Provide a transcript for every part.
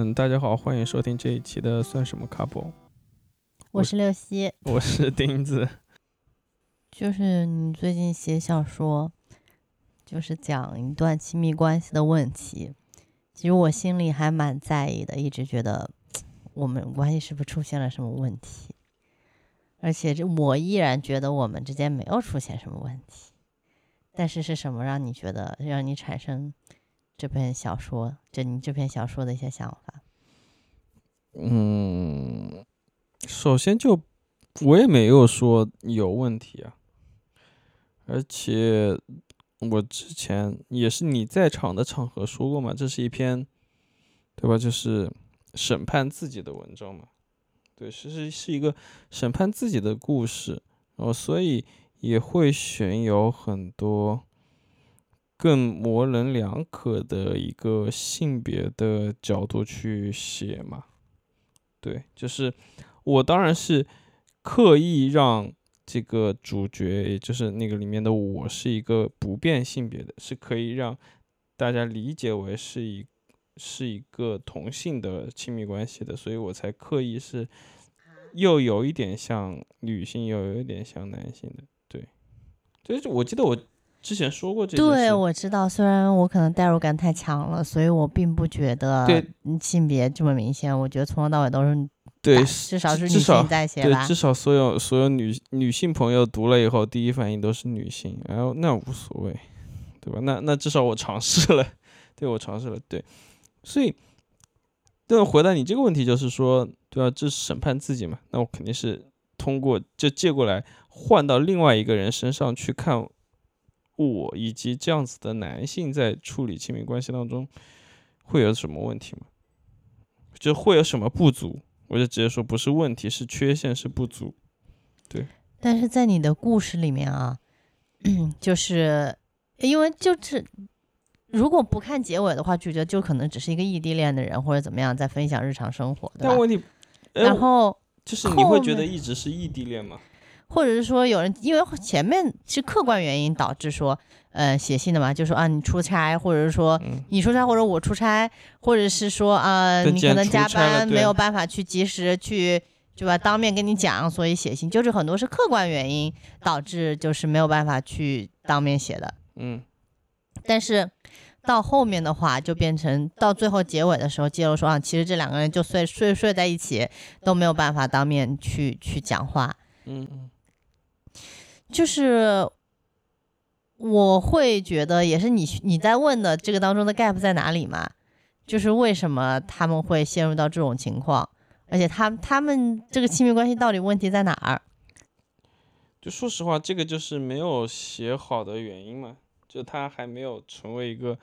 大家好，欢迎收听这一期的算什么 couple， 我是六西， 我是钉子。 就是你最近写小说，就是讲一段亲密关系的问题，其实我心里还蛮在意的，一直觉得我们关系是不是出现了什么问题，而且我依然觉得我们之间没有出现什么问题，但是是什么让你觉得让你产生这篇小说的一些想法？ 首先就我也没有说有问题啊，而且我之前也是你在场的场合说过嘛，这是一篇对吧，就是审判自己的文章嘛，对，是一个审判自己的故事，然后所以也会选有很多更模棱两可的一个性别的角度去写嘛。对，就是我当然是刻意让这个主角，也就是那个里面的我，是一个不变性别的，是可以让大家理解为是一个同性的亲密关系的，所以我才刻意是又有一点像女性，又有一点像男性的。对，就是我记得我之前说过这件对， 事。 我知道，虽然我可能代入感太强了，所以我并不觉得对性别这么明显。我觉得从头到尾都是对， 至少是女至少性在写对， 吧。 至少所有女性朋友读了以后，第一反应都是女性，然后那无所谓，对吧？那至少我尝试了，对，我尝试了，对，所以，但回答你这个问题就是说，对啊，这是审判自己嘛？那我肯定是通过就借过来换到另外一个人身上去看我以及这样子的男性在处理亲密关系当中会有什么问题吗？就会有什么不足？我就直接说不是问题，是缺陷，是不足。对， 但是在你的故事里面啊，就是因为如果不看结尾的话，主角就可能只是一个异地恋的人或者怎么样在分享日常生活，对吧？ 但问题， 然后就是你会觉得后面一直是异地恋吗？ 或者是说有人因为前面是客观原因导致说写信的嘛，就说啊你出差，或者是说你出差或者我出差，或者是说你可能加班没有办法去及时去对吧当面跟你讲，所以写信，就是很多是客观原因导致就是没有办法去当面写的。但是到后面的话就变成到最后结尾的时候揭露说啊其实这两个人就睡在一起都没有办法当面去讲话。就是我会觉得也是你在问的这个当中的 gap 在哪里嘛，就是为什么他们会陷入到这种情况，而且他们这个亲密关系到底问题在哪儿？ 就说实话，这个就是没有写好的原因嘛，就他还没有成为一个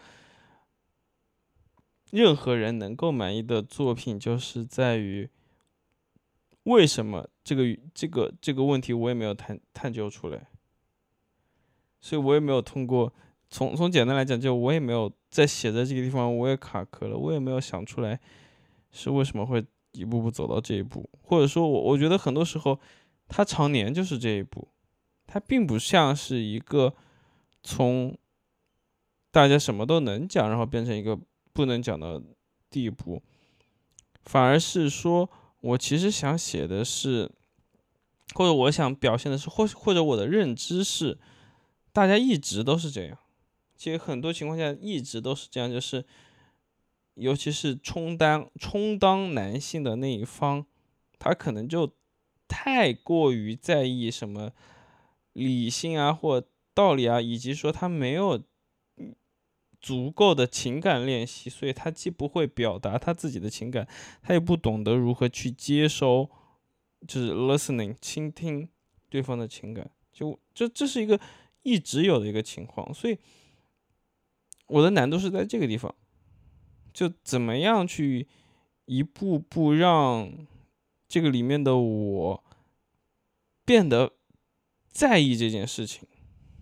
任何人能够满意的作品，就是在于为什么这个问题我也没有探究出来，所以我也没有通过从简单来讲，就我也没有在写在这个地方，我也卡壳了，我也没有想出来是为什么会一步步走到这一步，或者说我觉得很多时候他常年就是这一步，他并不像是一个从大家什么都能讲，然后变成一个不能讲的地步，反而是说我其实想写的是，或者我想表现的是，或者我的认知是，大家一直都是这样，其实很多情况下一直都是这样，就是尤其是充当男性的那一方，他可能就太过于在意什么理性啊或道理啊，以及说他没有足够的情感练习，所以他既不会表达他自己的情感，他也不懂得如何去接收，就是 listening 倾听对方的情感，这是一个一直有的一个情况，所以我的难度是在这个地方，就怎么样去一步步让这个里面的我变得在意这件事情，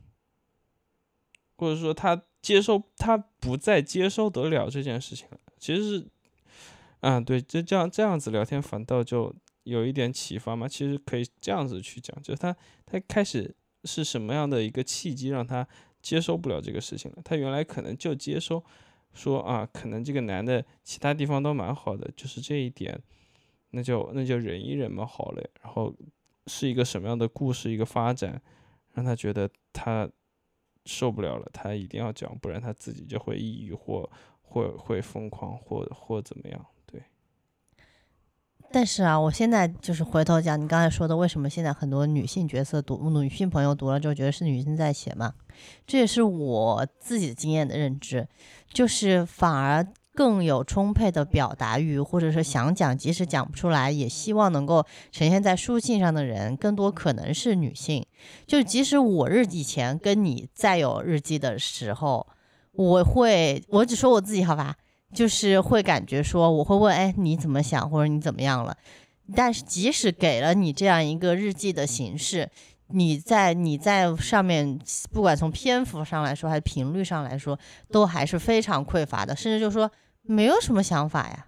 或者说他不再接受得了这件事情了。其实是，对，就这样子聊天反倒就有一点启发嘛。其实可以这样子去讲，就是他开始是什么样的一个契机让他接受不了这个事情了？他原来可能就接收说啊，可能这个男的其他地方都蛮好的，就是这一点，那就忍一忍嘛，好了。然后是一个什么样的故事，一个发展，让他觉得他受不了了，他一定要讲，不然他自己就会抑郁或会疯狂或怎么样。对。 但是啊，我现在就是回头讲你刚才说的，为什么现在很多女性角色女性朋友读了之后觉得是女性在写嘛？这也是我自己的经验的认知，就是反而更有充沛的表达欲，或者是想讲即使讲不出来，也希望能够呈现在书信上的人，更多可能是女性。就即使我以前跟你在有日记的时候，我只说我自己好吧。就是会感觉说，我会问，哎，你怎么想，或者你怎么样了？但是即使给了你这样一个日记的形式，你在上面，不管从篇幅上来说，还是频率上来说，都还是非常匮乏的，甚至就说没有什么想法呀。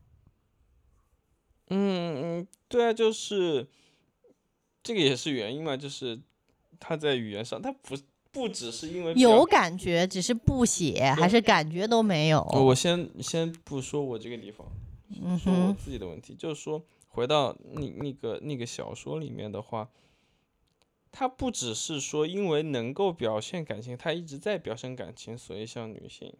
对啊，就是这个也是原因嘛，就是他在语言上，他不只是因为有感觉，只是不写，还是感觉都没有。 我先不说我这个地方，说我自己的问题，就是说回到那个小说里面的话，他不只是说因为能够表现感情，他一直在表现感情，所以像女性。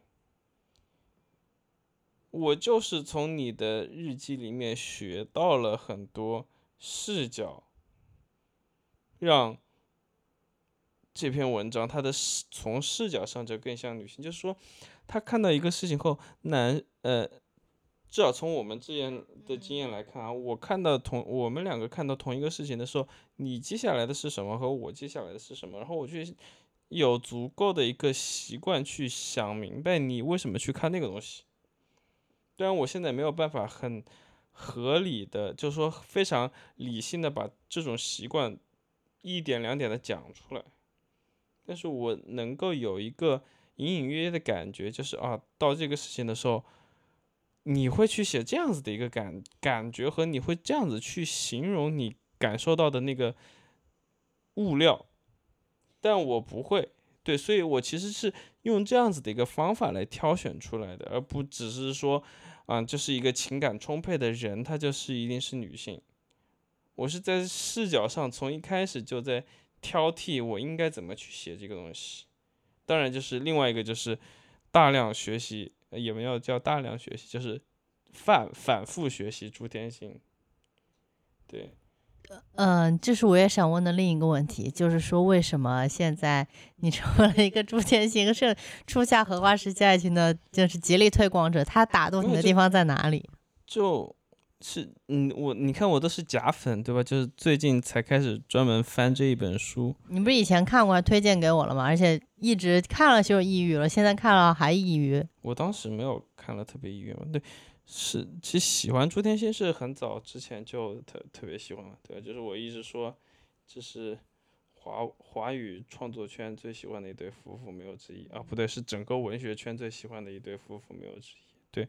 我就是从你的日记里面学到了很多视角，让这篇文章它的从视角上就更像女性，就是说，他看到一个事情后，至少从我们之前的经验来看啊，我们两个看到同一个事情的时候，你记下来的是什么和我记下来的是什么，然后我去有足够的一个习惯去想明白你为什么去看那个东西。虽然我现在没有办法很合理的，就是说非常理性的把这种习惯一点两点的讲出来，但是我能够有一个隐隐约约的感觉，就是啊，到这个事情的时候，你会去写这样子的一个感觉，和你会这样子去形容你感受到的那个物料，但我不会。对，所以我其实是用这样子的一个方法来挑选出来的，而不只是说，就是一个情感充沛的人，她就是一定是女性。我是在视角上从一开始就在挑剔我应该怎么去写这个东西。当然，就是另外一个就是大量学习，也没有叫大量学习，就是反复学习朱天心。对。 这是我也想问的另一个问题，就是说为什么现在你成为了一个朱天心是初夏荷花时期爱情的，就是极力推广者，他打动你的地方在哪里？ 就是你看我都是假粉对吧？就是最近才开始专门翻这一本书。 你不是以前看过推荐给我了吗？而且一直看了就抑郁了，现在看了还抑郁。 我当时没有看了特别抑郁嘛，对。是，其实喜欢朱天心是很早之前就特别喜欢了，对，就是我一直说，这是华语创作圈最喜欢的一对夫妇，没有之一啊，不对，是整个文学圈最喜欢的一对夫妇，没有之一。对，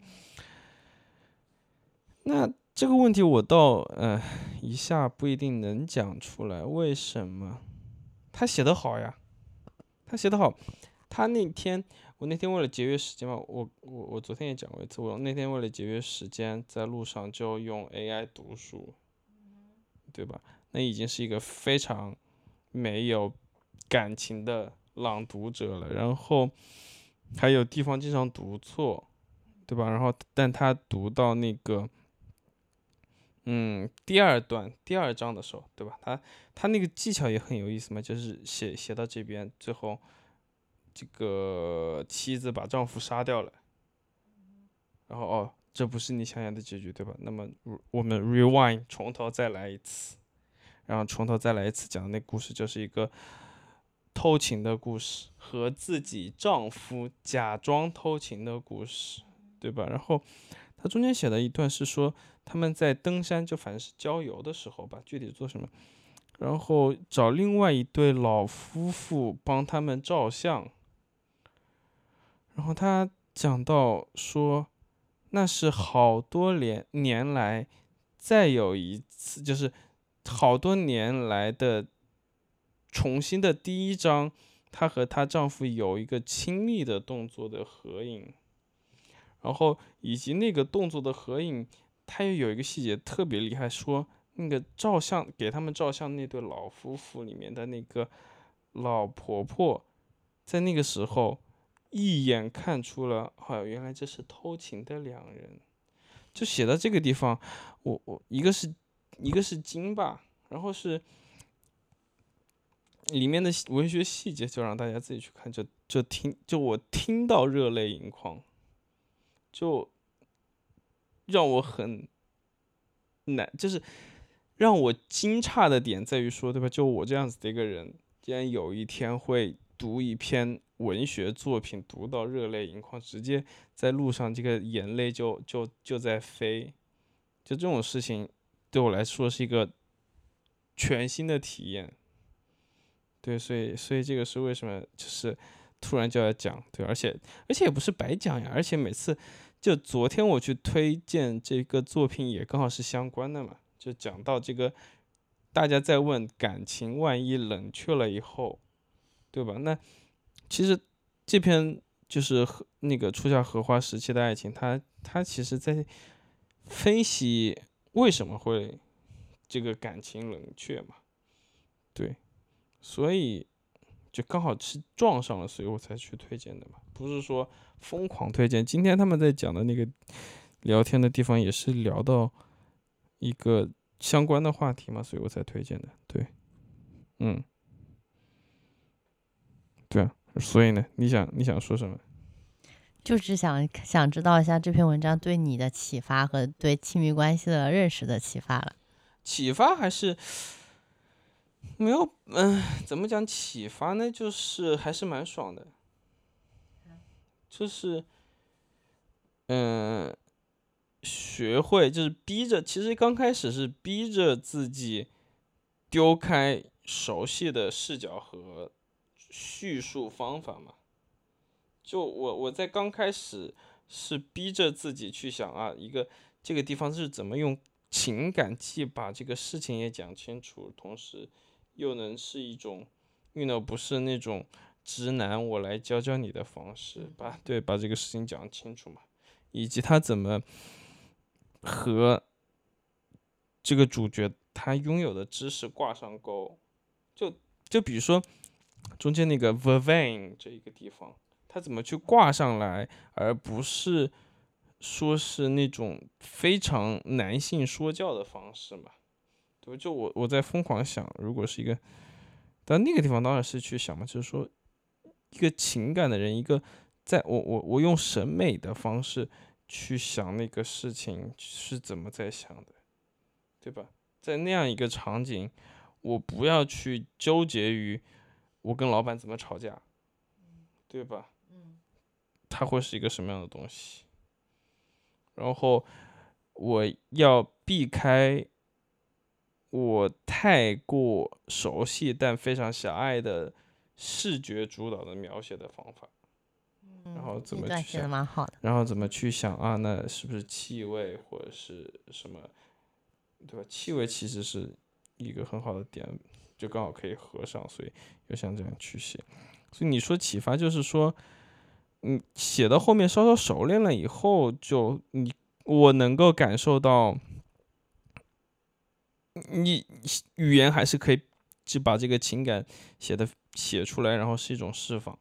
那这个问题我倒一下不一定能讲出来，为什么？他写得好呀，他写得好，我那天为了节约时间嘛，我昨天也讲过一次，我那天为了节约时间，在路上就用 AI 读书，对吧？那已经是一个非常没有感情的朗读者了，然后还有地方经常读错，对吧？然后但他读到那个第二章的时候，对吧？他那个技巧也很有意思嘛，就是写到这边最后。这个妻子把丈夫杀掉了，然后这不是你想要的结局，对吧？那么我们 rewind 从头再来一次，然后从头再来一次讲的那故事就是一个偷情的故事，和自己丈夫假装偷情的故事，对吧？然后他中间写的一段是说他们在登山，就反正是郊游的时候吧，具体做什么，然后找另外一对老夫妇帮他们照相。然后他讲到说，那是好多年来再有一次，就是好多年来的重新的第一张，她和她丈夫有一个亲密的动作的合影。 然后以及那个动作的合影，他又有一个细节特别厉害，说那个照相给他们照相那对老夫妇里面的那个老婆婆，在那个时候一眼看出了，原来这是偷情的两人，就写到这个地方，我一个是惊吧，然后是里面的文学细节就让大家自己去看，就我听到热泪盈眶，就让我很难，就是让我惊诧的点在于说，对吧？就我这样子的一个人，竟然有一天会读一篇文学作品，读到热泪盈眶，直接在路上这个眼泪就在飞，就这种事情对我来说是一个全新的体验。对，所以这个是为什么就是突然就要讲，对，而且也不是白讲呀，而且每次就昨天我去推荐这个作品也刚好是相关的嘛，就讲到这个大家在问感情万一冷却了以后，对吧？那其实这篇就是那个初夏荷花时期的爱情，它其实在分析为什么会这个感情冷却嘛，对。所以就刚好是撞上了，所以我才去推荐的嘛，不是说疯狂推荐。今天他们在讲的那个聊天的地方也是聊到一个相关的话题嘛，所以我才推荐的。对，对啊，所以呢，你想说什么？ 就是想知道一下这篇文章对你的启发和对亲密关系的认识的启发了。 启发还是没有，怎么讲启发呢？就是还是蛮爽的，就是，学会就是逼着，其实刚开始是逼着自己丢开熟悉的视角和叙述方法嘛。就我在刚开始是逼着自己去想啊，这个地方是怎么用情感既把这个事情也讲清楚，同时又能是一种不是那种直男我来教教你的方式，把这个事情讲清楚嘛，以及他怎么和这个主角他拥有的知识挂上钩，就比如说中间那个 Vervain 这一个地方，他怎么去挂上来，而不是说是那种非常男性说教的方式嘛？对，就我在疯狂想，如果是一个，但那个地方当然是去想嘛，就是说一个情感的人，一个在我用审美的方式去想那个事情是怎么在想的，对吧？在那样一个场景，我不要去纠结于我跟老板怎么吵架，对吧？它会是一个什么样的东西？然后我要避开我太过熟悉但非常狭隘的视觉主导的描写的方法，然后怎么去想，然后怎么去想啊？那是不是气味或者是什么，对吧？气味其实是一个很好的点，就刚好可以合上，所以就像这样去写。所以你说启发就是说，写到后面稍稍熟练了以后，我能够感受到，你语言还是可以就把这个情感写出来，然后是一种释放。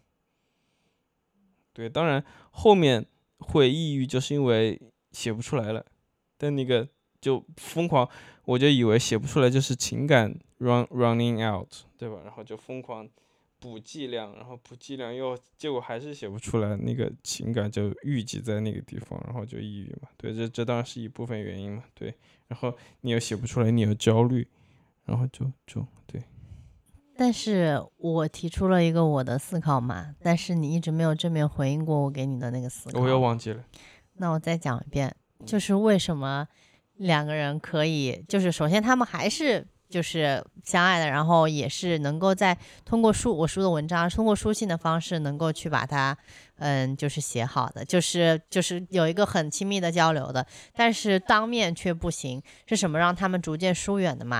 对，当然后面会抑郁，就是因为写不出来了。但那个就疯狂，我就以为写不出来就是情感 running out， 对吧？然后就疯狂补剂量，然后补剂量结果还是写不出来，那个情感就郁积在那个地方，然后就抑郁嘛。对，这当然是一部分原因嘛。对，然后你又写不出来，你又焦虑，然后就对。 但是我提出了一个我的思考嘛，但是你一直没有正面回应过我给你的那个思考。 我又忘记了。 那我再讲一遍，就是为什么两个人可以，就是首先他们还是就是相爱的，然后也是能够通过我书的文章，通过书信的方式能够去把它就是写好的，就是有一个很亲密的交流的，但是当面却不行，是什么让他们逐渐疏远的嘛？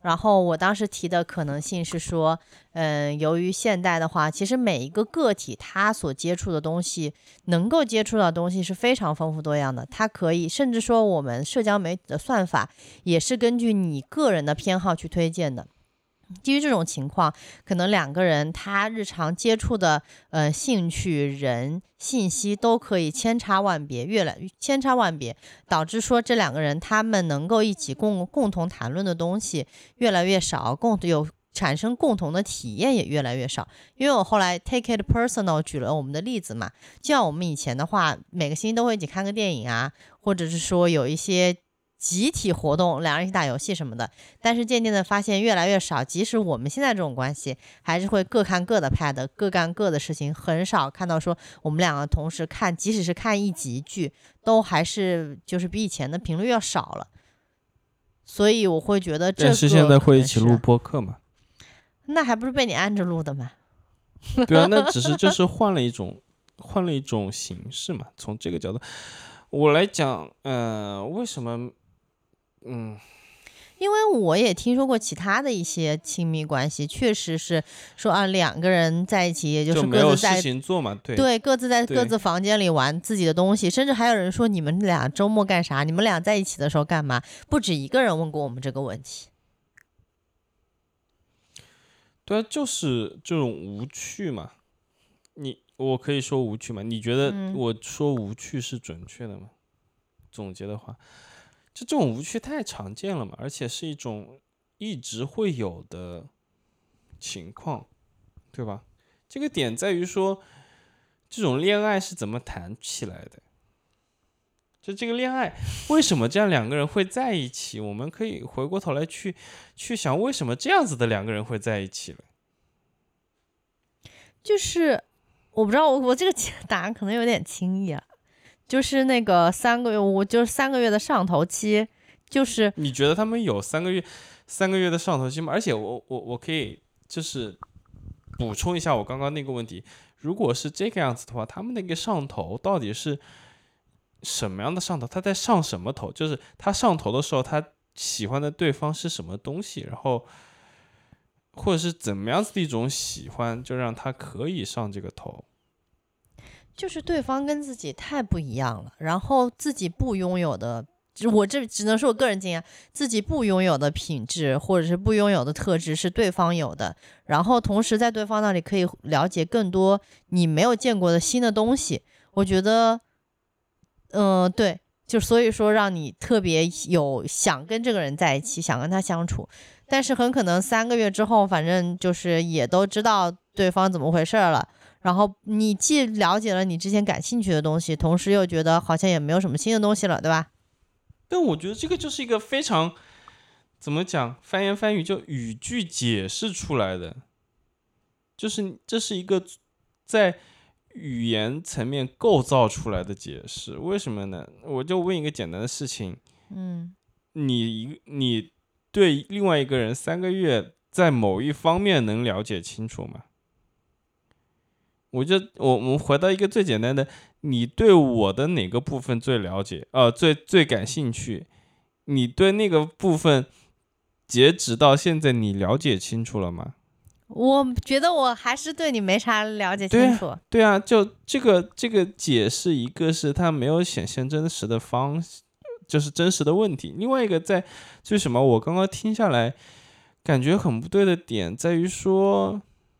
然后我当时提的可能性是说，由于现代的话，其实每一个个体他所接触的东西，能够接触到的东西是非常丰富多样的。它可以，甚至说我们社交媒体的算法也是根据你个人的偏好去推荐的。基于这种情况，可能两个人他日常接触的兴趣、人、信息都可以千差万别，千差万别，导致说这两个人他们能够一起共同谈论的东西越来越少，产生共同的体验也越来越少。因为我后来 take it personal 举了我们的例子嘛，就像我们以前的话，每个星期都会一起看个电影啊，或者是说有一些集体活动，两人一起打游戏什么的，但是渐渐的发现越来越少。即使我们现在这种关系，还是会各看各的 pad， 各干各的事情，很少看到说我们两个同时看，即使是看一集剧，都还是就是比以前的频率要少了。所以我会觉得这个， 但是现在会一起录播客嘛？ 那还不是被你按着录的吗？ 对啊，那只是就是换了一种形式嘛。从这个角度，我来讲，为什么？ 因为我也听说过其他的一些亲密关系，确实是说啊，两个人在一起，也就是各自在事情做嘛， 对，各自在各自房间里玩自己的东西，甚至还有人说你们俩周末干啥？你们俩在一起的时候干嘛？不止一个人问过我们这个问题。 对啊，就是这种无趣嘛。我可以说无趣吗？你觉得我说无趣是准确的吗？总结的话，这种无趣太常见了嘛，而且是一种一直会有的情况，对吧？这个点在于说，这种恋爱是怎么谈起来的？就这个恋爱为什么这样两个人会在一起？我们可以回过头来去想，为什么这样子的两个人会在一起了？ 就是我不知道，我这个答案可能有点轻易啊。就是那个3个月，我就是3个月的上头期，就是你觉得他们有3个月的上头期吗？而且我可以就是补充一下我刚刚那个问题，如果是这个样子的话，他们那个上头到底是什么样的上头？他在上什么头？就是他上头的时候，他喜欢的对方是什么东西？然后或者是怎么样子的一种喜欢，就让他可以上这个头？ 就是对方跟自己太不一样了，然后自己不拥有的，我这只能说我个人经验，自己不拥有的品质或者是不拥有的特质是对方有的，然后同时在对方那里可以了解更多你没有见过的新的东西。我觉得对，就所以说让你特别有想跟这个人在一起，想跟他相处，但是很可能3个月之后，反正就是也都知道对方怎么回事了，然后你既了解了你之前感兴趣的东西，同时又觉得好像也没有什么新的东西了，对吧？ 但我觉得这个就是一个非常怎么讲，翻言翻语就语句解释出来的，就是这是一个在语言层面构造出来的解释。为什么呢？我就问一个简单的事情，你对另外一个人3个月在某一方面能了解清楚吗？我们回到一个最简单的，你对我的哪个部分最了解？最感兴趣？你对那个部分，截止到现在，你了解清楚了吗？ 我觉得我还是对你没啥了解清楚。 对啊，就这个解释，一个是它没有显现真实的就是真实的问题；另外一个就是什么？我刚刚听下来，感觉很不对的点在于说。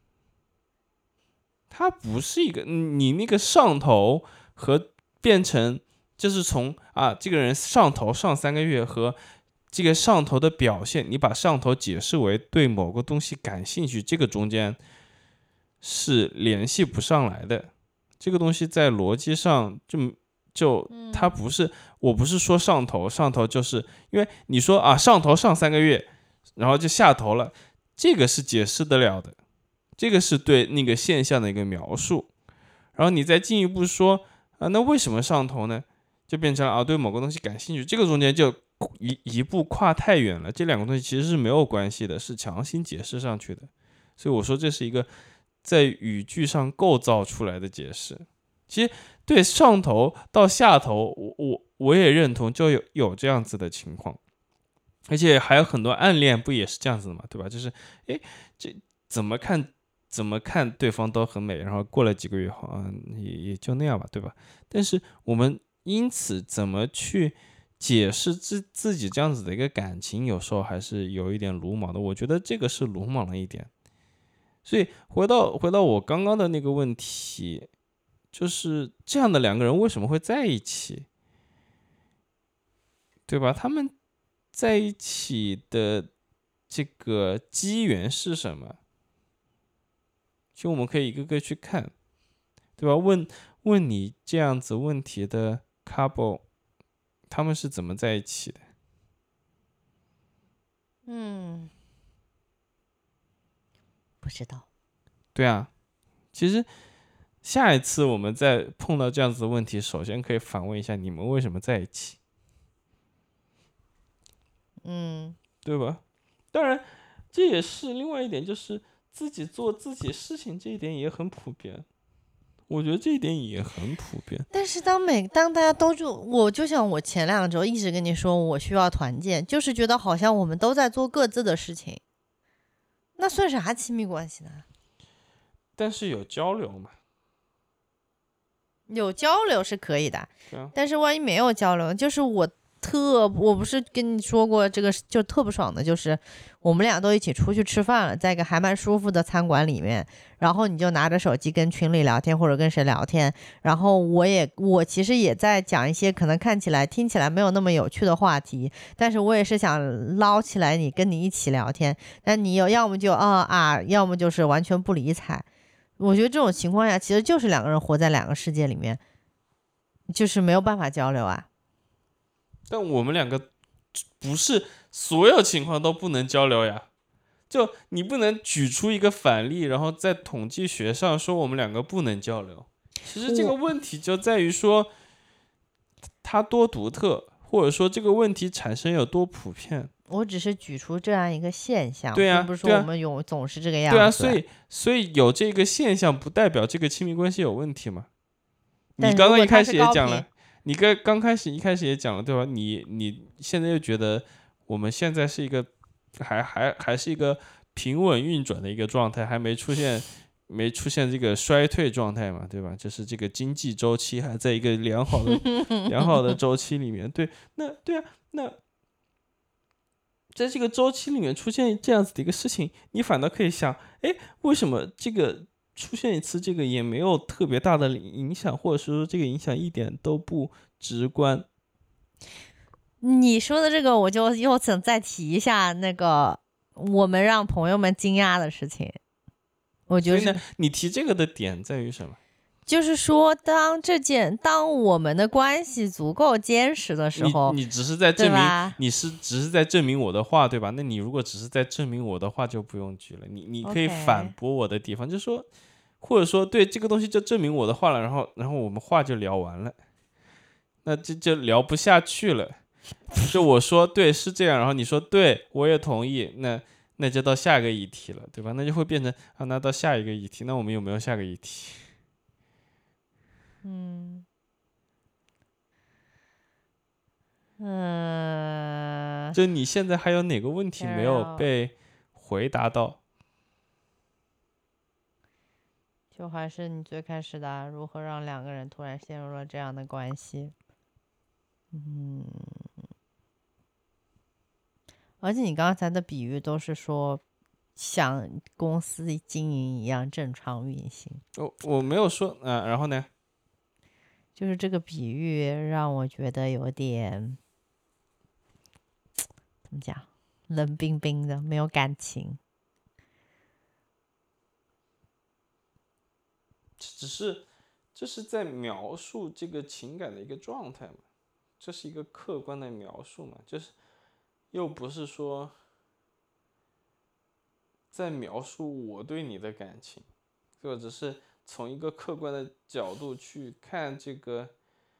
它不是一个你那个上头和变成就是从这个人上头上3个月和这个上头的表现，你把上头解释为对某个东西感兴趣，这个中间是联系不上来的。这个东西在逻辑上就它不是，我不是说上头就是因为你说上头上3个月，然后就下头了，这个是解释得了的。这个是对那个现象的一个描述，然后你再进一步说那为什么上头呢？就变成了对某个东西感兴趣，这个中间就一步跨太远了，这两个东西其实是没有关系的，是强行解释上去的。所以我说这是一个在语句上构造出来的解释。其实对上头到下头，我也认同，就有这样子的情况。 而且还有很多暗恋不也是这样子的嘛，对吧？就是这怎么看对方都很美，然后过了几个月后啊，也就那样吧，对吧？但是我们因此怎么去解释自己这样子的一个感情，有时候还是有一点鲁莽的。我觉得这个是鲁莽了一点。所以回到我刚刚的那个问题，就是这样的两个人为什么会在一起，对吧？他们在一起的这个机缘是什么？其实我们可以一个个去看，对吧？问你这样子问题的 couple， 他们是怎么在一起的？ 不知道。 对啊，其实下一次我们再碰到这样子的问题，首先可以反问一下你们为什么在一起，对吧？当然，这也是另外一点，就是自己做自己事情这一点也很普遍。我觉得这一点也很普遍。 但是当大家都我就像我前2周一直跟你说，我需要团建，就是觉得好像我们都在做各自的事情，那算啥亲密关系呢？ 但是有交流嘛？ 有交流是可以的， 对啊。 但是万一没有交流，就是我不是跟你说过这个就特不爽的，就是我们俩都一起出去吃饭了，在一个还蛮舒服的餐馆里面，然后你就拿着手机跟群里聊天或者跟谁聊天，然后我其实也在讲一些可能看起来听起来没有那么有趣的话题，但是我也是想捞起来跟你一起聊天，但你要么就要么就是完全不理睬。我觉得这种情况下其实就是两个人活在两个世界里面，就是没有办法交流啊。 但我们两个不是所有情况都不能交流呀，就你不能举出一个反例，然后在统计学上说我们两个不能交流。其实这个问题就在于说它多独特，或者说这个问题产生有多普遍。 我只是举出这样一个现象， 对啊， 并不是说我们总是这个样子。 对啊，所以有这个现象不代表这个亲密关系有问题嘛。你刚刚一开始也讲了，你刚开始也讲了，对吧？你现在又觉得我们现在是一个还是一个平稳运转的一个状态，还没出现这个衰退状态嘛，对吧？就是这个经济周期还在一个良好的周期里面。对，那在这个周期里面出现这样子的一个事情，你反倒可以想，为什么这个出现一次这个也没有特别大的影响，或者说这个影响一点都不直观？ 你说的这个，我就又想再提一下那个我们让朋友们惊讶的事情。我觉得你提这个的点在于什么？ 就是说，当我们的关系足够坚实的时候， 你只是在证明，只是在证明我的话，对吧？那你如果只是在证明我的话，就不用举了。你可以反驳我的地方，就是说，或者说对这个东西就证明我的话了，然后我们话就聊完了，那就聊不下去了。就我说对是这样，然后你说对我也同意，那就到下一个议题了，对吧？那就会变成那到下一个议题，那我们有没有下个议题？就你现在还有哪个问题没有被回答到？ 就还是你最开始的，如何让两个人突然陷入了这样的关系？而且你刚才的比喻都是说像公司经营一样正常运行。 我没有说然后呢？ 就是这个比喻让我觉得有点怎么讲，冷冰冰的，没有感情。 这是在描述这个情感的一个状态嘛，这是一个客观的描述嘛，就是又不是说在描述我对你的感情，或者是从一个客观的角度去看这个。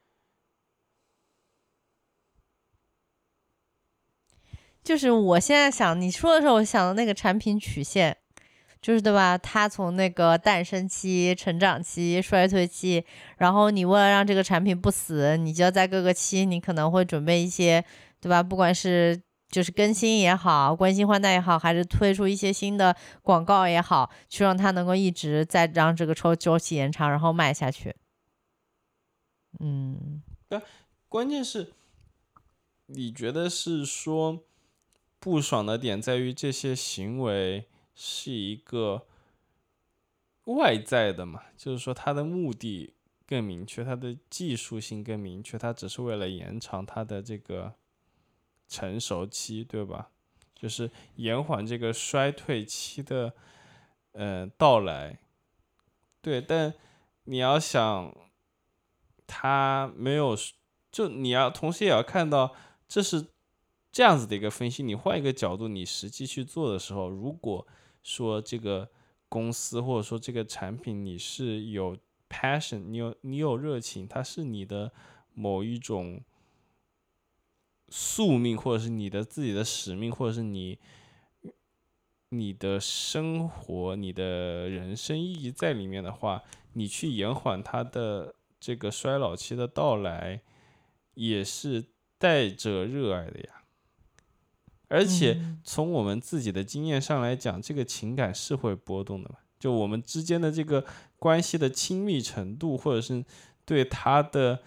就是我现在想你说的时候，我想的那个产品曲线，就是对吧？它从那个诞生期、成长期、衰退期，然后你为了让这个产品不死，你就要在各个期，你可能会准备一些，对吧？不管是就是更新也好，更新换代也好，还是推出一些新的广告也好，去让它能够一直再让这个周期延长，然后卖下去。 但关键是，你觉得是说不爽的点在于这些行为是一个外在的嘛？就是说它的目的更明确，它的技术性更明确，它只是为了延长它的这个成熟期，对吧？就是延缓这个衰退期的到来。对，但你要想，它没有，就你要同时也要看到，这是这样子的一个分析。你换一个角度，你实际去做的时候，如果说这个公司或者说这个产品你是有 passion，你有热情，它是你的某一种宿命，或者是你的自己的使命，或者是你的生活、你的人生意义在里面的话，你去延缓它的这个衰老期的到来，也是带着热爱的呀。而且从我们自己的经验上来讲，这个情感是会波动的嘛。就我们之间的这个关系的亲密程度，或者是对他的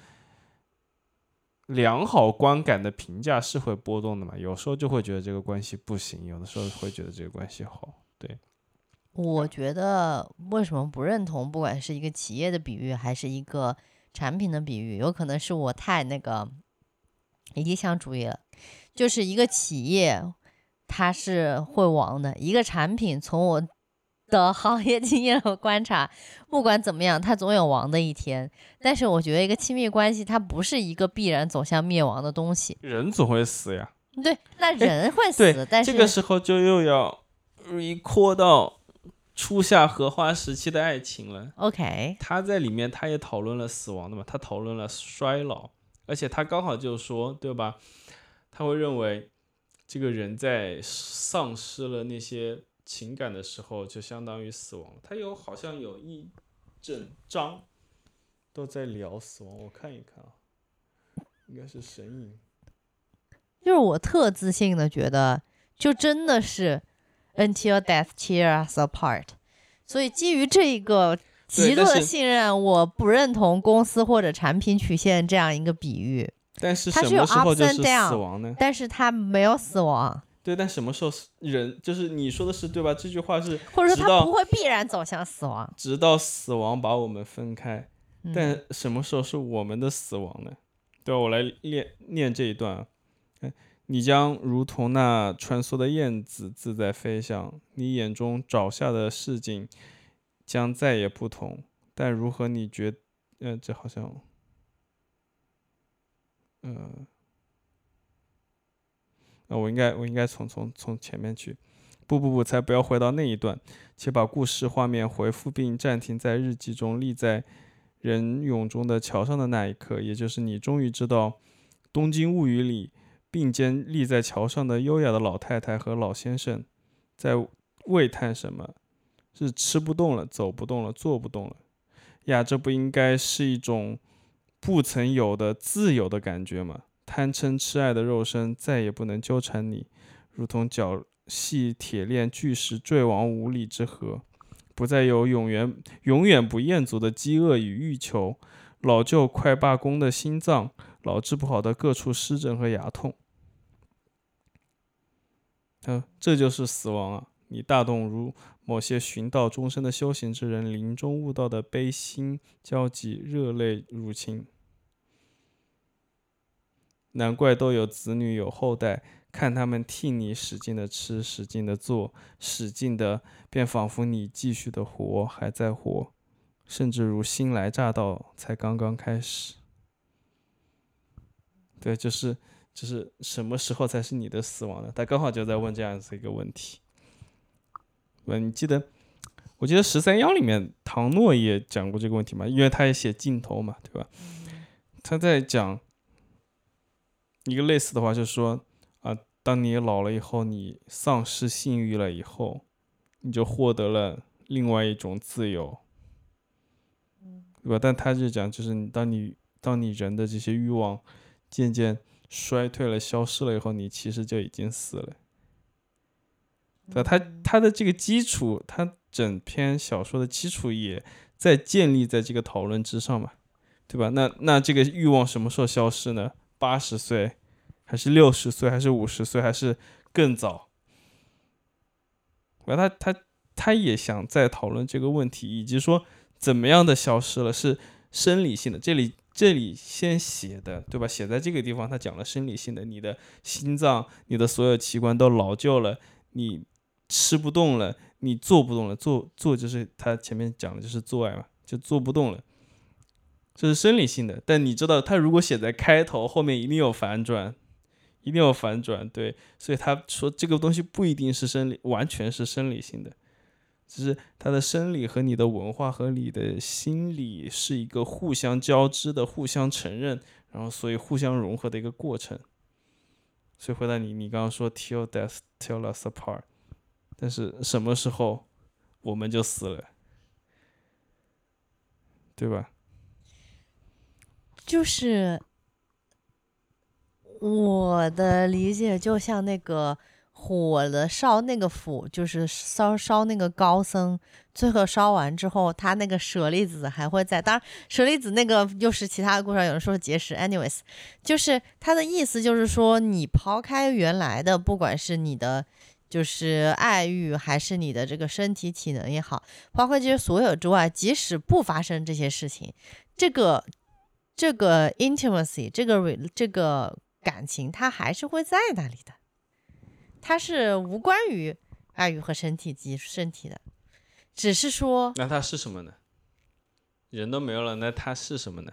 良好观感的评价是会波动的嘛。有时候就会觉得这个关系不行，有的时候会觉得这个关系好。对， 我觉得为什么不认同，不管是一个企业的比喻，还是一个产品的比喻，有可能是我太那个理想主义了。就是一个企业，它是会亡的；一个产品，从我的行业经验和观察，不管怎么样，它总有亡的一天。但是我觉得一个亲密关系，它不是一个必然走向灭亡的东西。 人总会死呀。 对，那人会死， 对， 但是这个时候就又要扩到初夏荷花时期的爱情了。 OK， 他在里面他也讨论了死亡的嘛，他讨论了衰老，而且他刚好就说，对吧？他会认为这个人在丧失了那些情感的时候，就相当于死亡。他好像有一整章都在聊死亡，我看一看啊，应该是神隐。 就是我特自信的觉得，就真的是 until death tear us apart。所以基于这一个极度的信任，我不认同公司或者产品曲线这样一个比喻。 但是什么时候就是死亡呢？ 但是它没有死亡。 对，但什么时候人就是你说的是对吧？这句话是， 或者说它不会必然走向死亡， 直到死亡把我们分开。但什么时候是我们的死亡呢？对吧？我来念这一段啊。你将如同那穿梭的燕子自在飞翔，你眼中找下的市井将再也不同。但如何你觉这好像我应该从前面去。不，才不要回到那一段，且把故事画面回复并暂停在日记中立在人涌中的桥上的那一刻，也就是你终于知道《东京物语》里并肩立在桥上的优雅的老太太和老先生在喟叹什么，是吃不动了，走不动了，坐不动了呀？这不应该是一种不曾有的自由的感觉吗？贪嗔痴爱的肉身再也不能纠缠你，如同绞细铁链巨石坠往无里之河，不再有永远不厌足的饥饿与欲求，老旧快罢工的心脏，老治不好的各处湿疹和牙痛。这就是死亡啊！你大动如某些寻道终身的修行之人临终悟道的悲心交集，热泪入侵。难怪都有子女有后代，看他们替你使劲的吃，使劲的做，使劲的，便仿佛你继续的活，还在活，甚至如新来乍到，才刚刚开始。对，就是什么时候才是你的死亡呢？他刚好就在问这样子一个问题。我记得13央里面唐诺也讲过这个问题嘛，因为他也写镜头嘛，对吧？他在讲一个类似的话，就是说当你老了以后，你丧失性欲了以后，你就获得了另外一种自由，对吧？但他就讲，就是当你人的这些欲望渐渐衰退了、消失了以后，你其实就已经死了。对吧？他的这个基础，他整篇小说的基础也在建立在这个讨论之上嘛，对吧？那这个欲望什么时候消失呢？80岁，还是60岁，还是50岁，还是更早？他也想再讨论这个问题，以及说怎么样的消失了，是生理性的。这里先写的，对吧？写在这个地方，他讲了生理性的，你的心脏、你的所有器官都老旧了，你吃不动了，你做不动了，做就是他前面讲的就是做爱嘛，就做不动了，这是生理性的。但你知道，他如果写在开头，后面一定有反转，一定有反转，对，所以他说这个东西不一定是完全是生理性的，只是他的生理和你的文化和你的心理是一个互相交织的、互相承认，然后所以互相融合的一个过程。所以回答你刚刚说 till death till us apart。但是什么时候我们就死了，对吧？ 就是我的理解，就像那个火的烧那个釜，就是烧那个高僧，最后烧完之后，他那个舍利子还会在。当然，舍利子那个又是其他的故事，有人说是结石。anyways， 就是他的意思就是说，你抛开原来的，不管是你的就是爱欲，还是你的这个身体体能也好，抛开这些所有之外，即使不发生这些事情，这个 intimacy， 这个感情，它还是会在那里的，它是无关于爱欲和身体的，只是说， 那它是什么呢？人都没有了，那它是什么呢？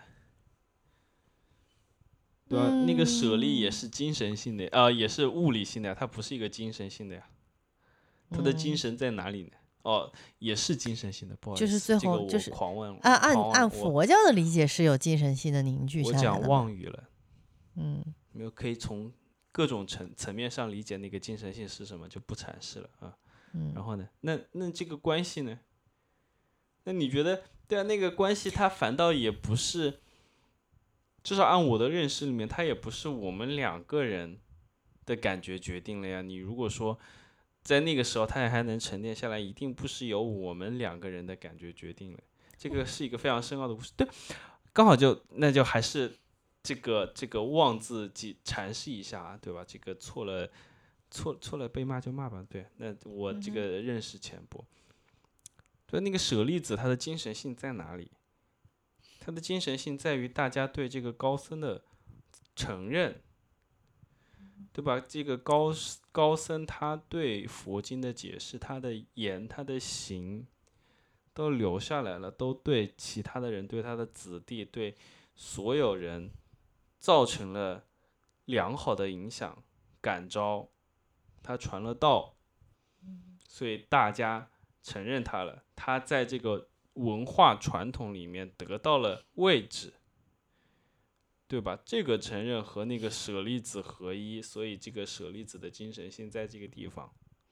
对吧？那个舍利也是精神性的也是物理性的，它不是一个精神性的呀。它的精神在哪里呢？也是精神性的，不好意思， 就是最后就是狂问。 按佛教的理解是有精神性的凝聚下来的。 我讲妄语了， 没有，可以从各种层面上理解那个精神性是什么，就不阐释了啊。然后呢，那这个关系呢？那你觉得，对啊，那个关系它反倒也不是。至少按我的认识里面，它也不是我们2个人的感觉决定了呀。你如果说在那个时候它还能沉淀下来，一定不是由我们2个人的感觉决定了。这个是一个非常深奥的故事。对，刚好那就还是这个妄字阐释一下啊，对吧？这个错了被骂就骂吧。对，那我这个认识浅薄。对，那个舍利子它的精神性在哪里？它的精神性在于大家对这个高僧的承认，对吧？这个高僧他对佛经的解释，他的言，他的行，都留下来了，都对其他的人，对他的子弟，对所有人造成了良好的影响，感召，他传了道，所以大家承认他了，他在这个文化传统里面得到了位置，对吧？这个承认和那个舍利子合一，所以这个舍利子的精神性在这个地方，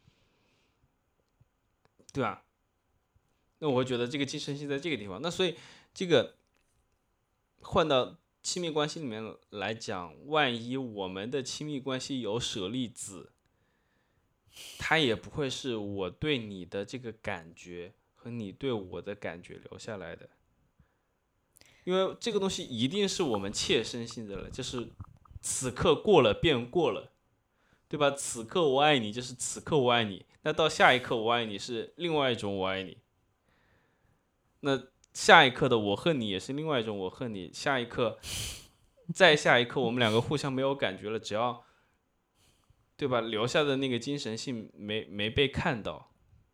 对吧？那我会觉得这个精神性在这个地方，那所以这个换到亲密关系里面来讲，万一我们的亲密关系有舍利子，它也不会是我对你的这个感觉和你对我的感觉留下来的，因为这个东西一定是我们切身性的了，就是此刻过了便过了，对吧？此刻我爱你就是此刻我爱你，那到下一刻我爱你是另外一种我爱你，那下一刻的我恨你也是另外一种我恨你，下一刻再下一刻我们2个互相没有感觉了，只要对吧留下的那个精神性没被看到，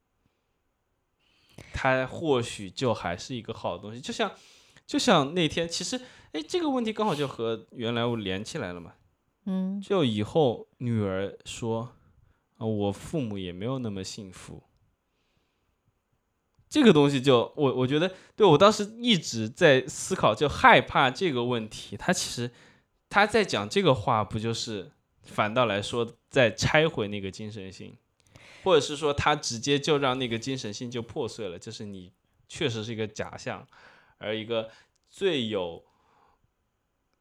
它或许就还是一个好的东西。就像那天其实这个问题刚好就和原来我连起来了嘛。就以后女儿说我父母也没有那么幸福，这个东西就我觉得，对，我当时一直在思考，就害怕这个问题。他其实他在讲这个话，不就是反倒来说在拆毁那个精神性，或者是说他直接就让那个精神性就破碎了，就是你确实是一个假象，而一个最有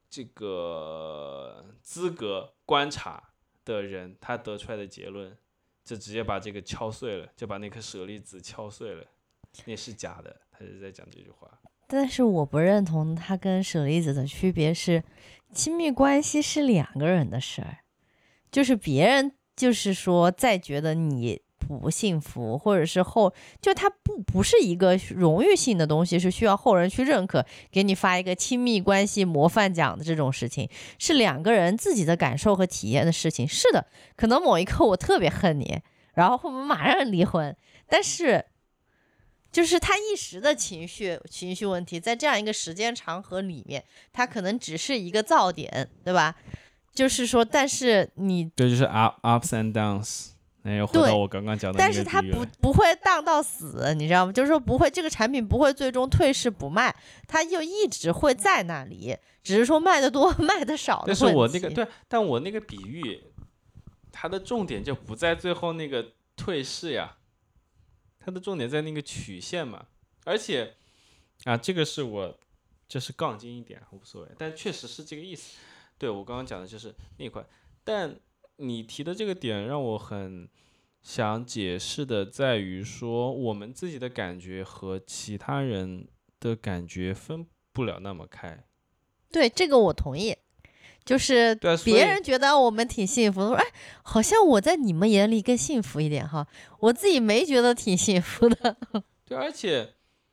这个资格观察的人，他得出来的结论，就直接把这个敲碎了，就把那颗舍利子敲碎了，那是假的。他是在讲这句话。 但是我不认同他跟舍利子的区别是，亲密关系是两个人的事儿，就是别人就是说再觉得你不幸福，或者是就它不是一个荣誉性的东西，是需要后人去认可，给你发一个亲密关系模范奖的这种事情，是两个人自己的感受和体验的事情。是的，可能某一刻我特别恨你，然后我们马上离婚，但是就是他一时的情绪问题，在这样一个时间长河里面，他可能只是一个噪点，对吧？就是说，但是你对，就是 ups and downs。又回到我刚刚讲的那个比喻了， 但是它不会荡到死，你知道吗？就是说不会，这个产品不会最终退市不卖，它就一直会在那里，只是说卖的多卖的少的问题。 但是我那个对，但我那个比喻，它的重点就不在最后那个退市呀，它的重点在那个曲线嘛。而且这个是我就是杠精一点无所谓，但确实是这个意思。对，我刚刚讲的就是那块，但你提的这个点让我很想解释的在于说，我们自己的感觉和其他人的感觉分不了那么开。 对，这个我同意。就是别人觉得我们挺幸福的，说哎，好像我在你们眼里更幸福一点哈，我自己没觉得挺幸福的。 对，而且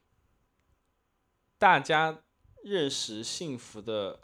大家认识幸福的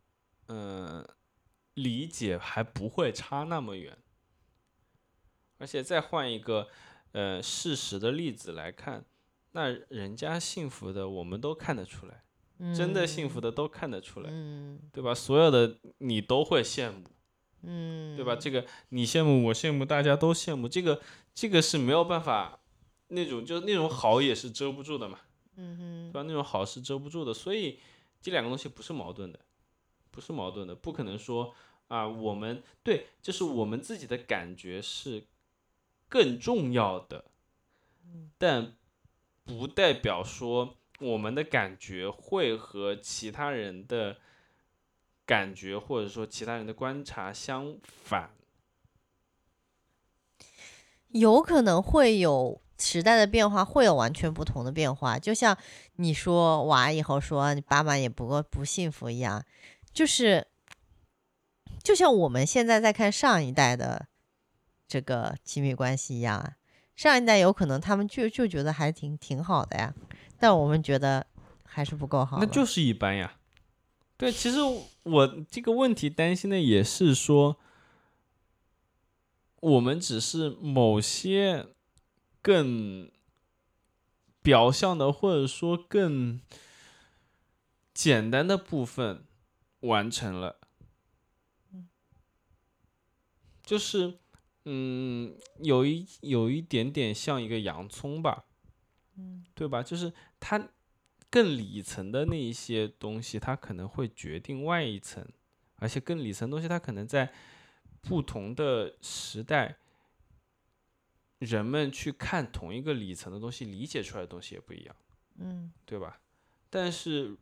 理解还不会差那么远。而且再换一个事实的例子来看，那人家幸福的我们都看得出来，真的幸福的都看得出来，对吧？所有的你都会羡慕，对吧？这个你羡慕我羡慕大家都羡慕，这个是没有办法，就是那种好也是遮不住的嘛，对吧？那种好是遮不住的，所以这两个东西不是矛盾的，不可能说我们对，就是我们自己的感觉是更重要的，但不代表说我们的感觉会和其他人的感觉或者说其他人的观察相反。 有可能会有时代的变化，会有完全不同的变化，就像你说娃以后说你爸妈也不幸福一样，就像我们现在在看上一代的这个亲密关系一样啊，上一代有可能他们就觉得还挺好的呀，但我们觉得还是不够好， 那就是一般呀。对，其实我这个问题担心的也是说，我们只是某些更表象的或者说更简单的部分完成了，就是有一点点像一个洋葱吧，对吧？就是它更里层的那一些东西，它可能会决定外一层，而且更里层的东西，它可能在不同的时代，人们去看同一个里层的东西，理解出来的东西也不一样，对吧？但是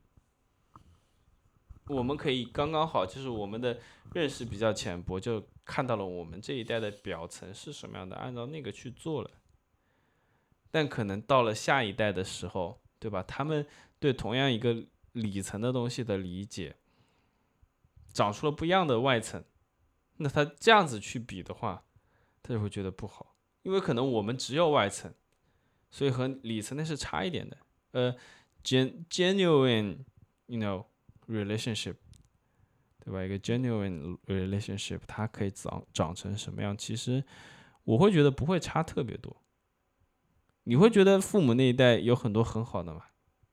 我们可以刚刚好，就是我们的认识比较浅薄，就看到了我们这一代的表层是什么样的，按照那个去做了。但可能到了下一代的时候，对吧？他们对同样一个里层的东西的理解，长出了不一样的外层，那他这样子去比的话，他就会觉得不好，因为可能我们只有外层，所以和里层那是差一点的。genuine relationship， 对吧？一个 genuine relationship， 它可以长成什么样？其实我会觉得不会差特别多。你会觉得父母那一代有很多很好的吗？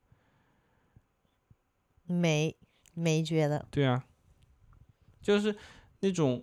没觉得。 对啊，就是那种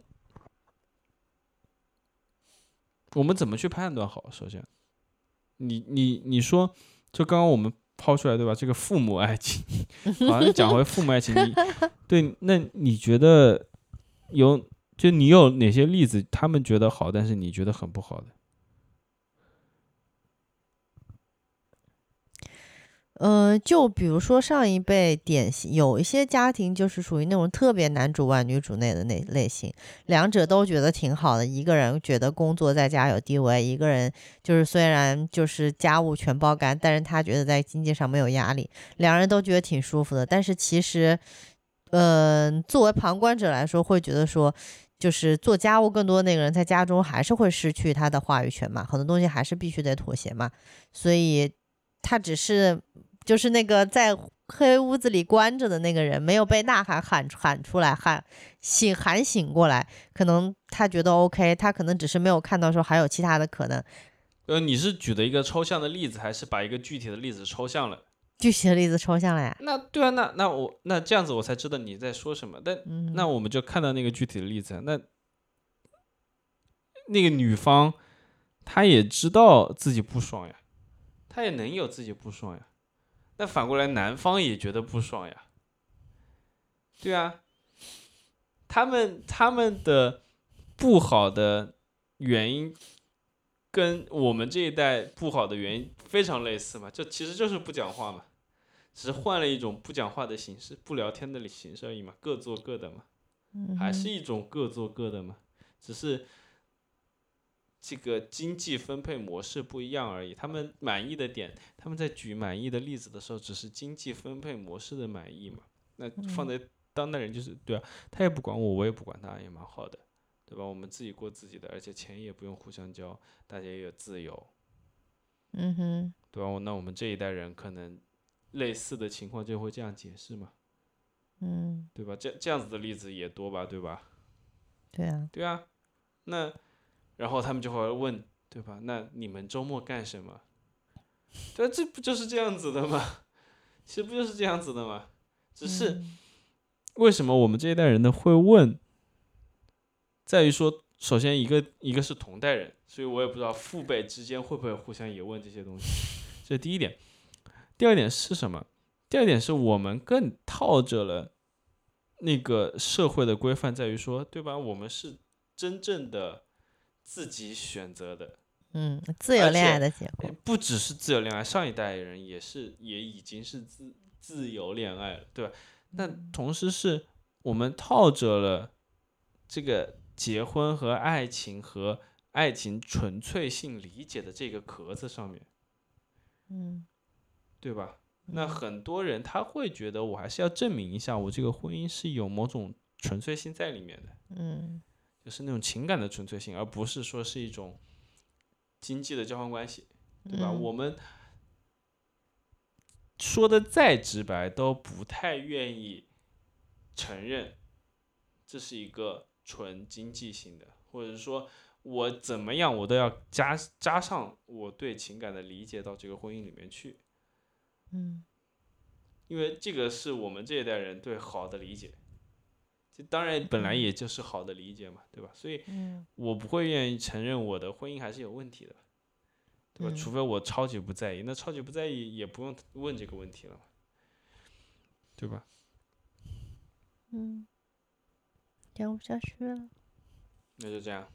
我们怎么去判断好？首先，你说，就刚刚我们抛出来对吧？这个父母爱情，好像讲回父母爱情，对，那你觉得你有哪些例子，他们觉得好，但是你觉得很不好的？ 就比如说上一辈典型有一些家庭就是属于那种特别男主外女主内的那类型，两者都觉得挺好的，一个人觉得工作在家有地位，一个人就是虽然就是家务全包干，但是他觉得在经济上没有压力，两人都觉得挺舒服的。但是其实作为旁观者来说会觉得说，就是做家务更多的那个人在家中还是会失去他的话语权嘛，很多东西还是必须得妥协嘛，所以他只是就是那个在黑屋子里关着的那个人没有被呐喊出来，喊醒过来，可能他觉得 OK， 他可能只是没有看到说还有其他的可能。 你是举的一个抽象的例子，还是把一个具体的例子抽象了？ 具体的例子抽象了呀。 那对啊，那这样子我才知道你在说什么。但、那我们就看到那个具体的例子，那个女方她也知道自己不爽呀，她也能有自己不爽呀。那反过来男方也觉得不爽呀，对啊，他们的不好的原因跟我们这一代不好的原因非常类似嘛，就其实就是不讲话嘛，只是换了一种不讲话的形式，不聊天的形式而已嘛，各做各的嘛，还是一种各做各的嘛，只是这个经济分配模式不一样而已。他们满意的点，他们在举满意的例子的时候，只是经济分配模式的满意嘛。那放在当代人就是对啊，他也不管我，我也不管他，也蛮好的，对吧？我们自己过自己的，而且钱也不用互相交，大家也有自由，对吧？那我们这一代人可能类似的情况就会这样解释嘛，对吧？这样子的例子也多吧，对吧？对啊，那然后他们就会问，对吧？那你们周末干什么？对，这不就是这样子的吗？其实不就是这样子的吗？只是为什么我们这一代人的会问，在于说，首先一个是同代人，所以我也不知道父辈之间会不会互相也问这些东西，这是第一点。第二点是什么？第二点是我们更套着了那个社会的规范，在于说，对吧？我们是真正的自己选择的， 自由恋爱的结果， 不只是自由恋爱，上一代人也已经是自由恋爱了，对吧？那同时是我们套着了这个结婚和爱情纯粹性理解的这个壳子上面，对吧？那很多人他会觉得我还是要证明一下我这个婚姻是有某种纯粹性在里面的，就是那种情感的纯粹性，而不是说是一种经济的交换关系，对吧？我们说的再直白都不太愿意承认这是一个纯经济性的，或者说我怎么样我都要加上我对情感的理解到这个婚姻里面去，因为这个是我们这一代人对好的理解，这当然本来也就是好的理解嘛，对吧？所以我不会愿意承认我的婚姻还是有问题的，对吧？除非我超级不在意，那超级不在意也不用问这个问题了嘛，对吧？ 讲不下去了。 那就这样。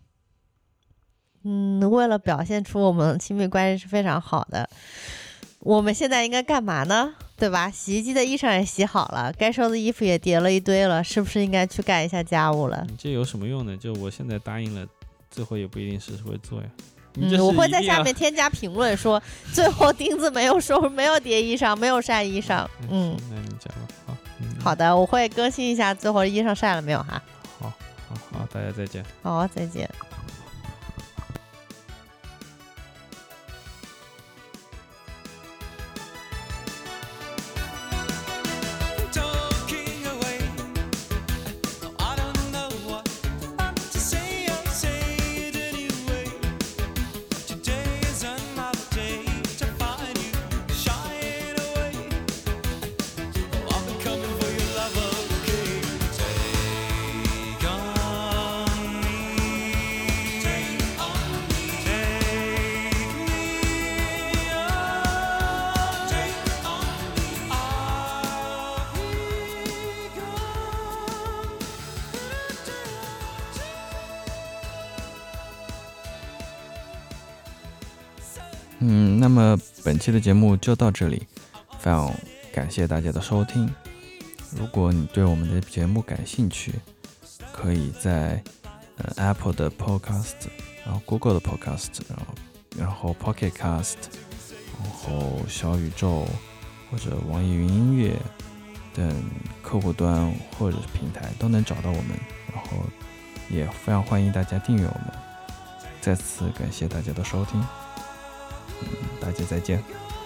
为了表现出我们亲密关系是非常好的，我们现在应该干嘛呢？对吧？洗衣机的衣裳也洗好了，该收的衣服也叠了一堆了，是不是应该去干一下家务了？ 你这有什么用呢？就我现在答应了，最后也不一定是会做呀。 我会在下面添加评论说，最后钉子没有收，没有叠衣裳，没有晒衣裳。 那你讲吧。好， 好的，我会更新一下最后衣裳晒了没有哈。 好，大家再见。 好，再见。 那么本期的节目就到这里。 非常感谢大家的收听。如果你对我们的节目感兴趣，可以在Apple 的 Podcast， 然后 Google 的 Podcast， 然后 Pocket Cast， 然后小宇宙或者网易云音乐等客户端或者是平台都能找到我们，然后也非常欢迎大家订阅我们。再次感谢大家的收听，大家再见。